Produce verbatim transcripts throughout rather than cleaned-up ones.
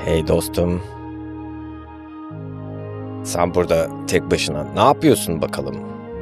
Hey dostum, sen burada tek başına ne yapıyorsun bakalım?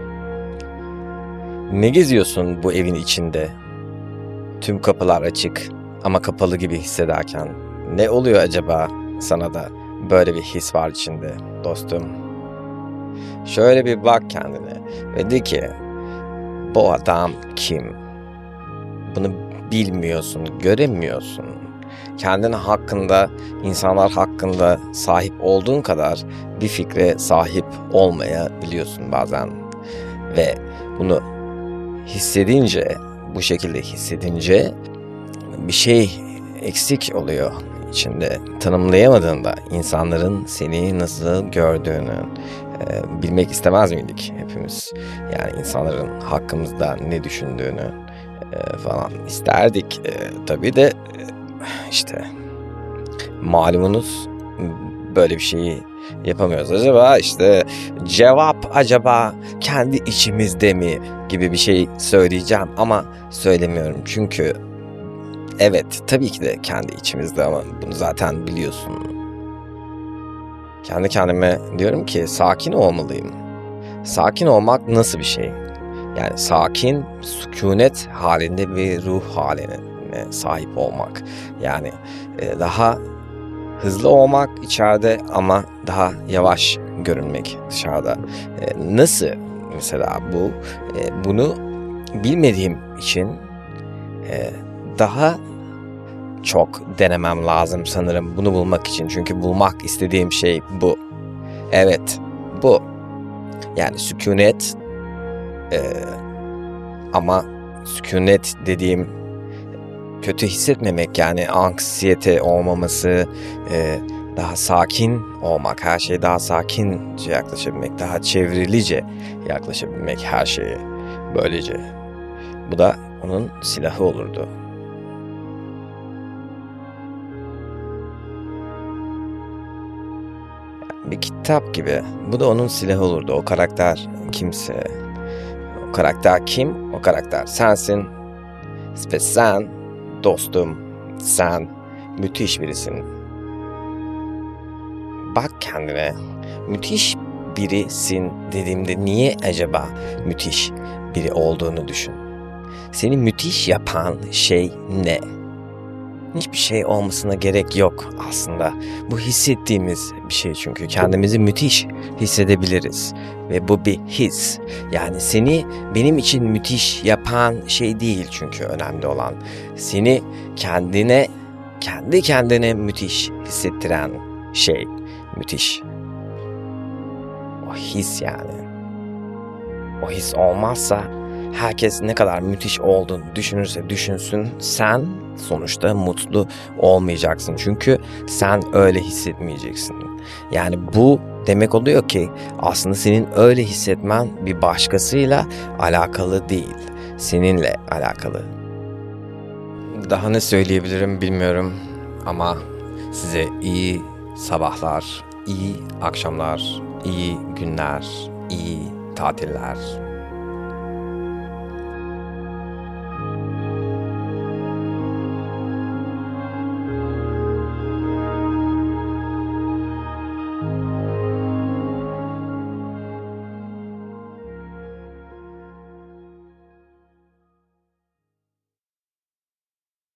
Ne geziyorsun bu evin içinde? Tüm kapılar açık ama kapalı gibi hissederken ne oluyor acaba sana da böyle bir his var içinde dostum? Şöyle bir bak kendine ve de ki bu adam kim? Bunu bilmiyorsun, göremiyorsun. Kendin hakkında, insanlar hakkında sahip olduğun kadar bir fikre sahip olmayabiliyorsun bazen. Ve bunu hissedince, bu şekilde hissedince bir şey eksik oluyor içinde. Tanımlayamadığında insanların seni nasıl gördüğünü e, bilmek istemez miydik hepimiz? Yani insanların hakkımızda ne düşündüğünü e, falan isterdik. E, tabii de e, işte malumunuz böyle bir şeyi yapamıyoruz. Acaba işte cevap acaba kendi içimizde mi gibi bir şey söyleyeceğim ama söylemiyorum. Çünkü evet tabii ki de kendi içimizde ama bunu zaten biliyorsun. Kendi kendime diyorum ki sakin olmalıyım. Sakin olmak nasıl bir şey? Yani sakin, sükunet halinde bir ruh haline sahip olmak. Yani daha hızlı olmak içeride ama daha yavaş görünmek dışarıda. Nasıl mesela bu? Bunu bilmediğim için daha çok denemem lazım sanırım bunu bulmak için. Çünkü bulmak istediğim şey bu. Evet, bu. Yani sükunet ama sükunet dediğim kötü hissetmemek, yani anksiyete olmaması, e, daha sakin olmak, her şeye daha sakince yaklaşabilmek, daha çevrilice yaklaşabilmek her şeye böylece. Bu da onun silahı olurdu. Bir kitap gibi. Bu da onun silahı olurdu. O karakter kimse. O karakter kim? O karakter sensin. Ve sen dostum, sen müthiş birisin. Bak kendine, müthiş birisin dediğimde niye acaba müthiş biri olduğunu düşün. Seni müthiş yapan şey ne? Hiçbir şey olmasına gerek yok aslında. Bu hissettiğimiz bir şey çünkü kendimizi müthiş hissedebiliriz. Ve bu bir his. Yani seni benim için müthiş yapan şey değil çünkü önemli olan. Seni kendine, kendi kendine müthiş hissettiren şey. Müthiş. O his yani. O his olmazsa herkes ne kadar müthiş olduğunu düşünürse düşünsün, sen sonuçta mutlu olmayacaksın. Çünkü sen öyle hissetmeyeceksin. Yani bu demek oluyor ki aslında senin öyle hissetmen bir başkasıyla alakalı değil. Seninle alakalı. Daha ne söyleyebilirim bilmiyorum ama size iyi sabahlar, iyi akşamlar, iyi günler, iyi tatiller.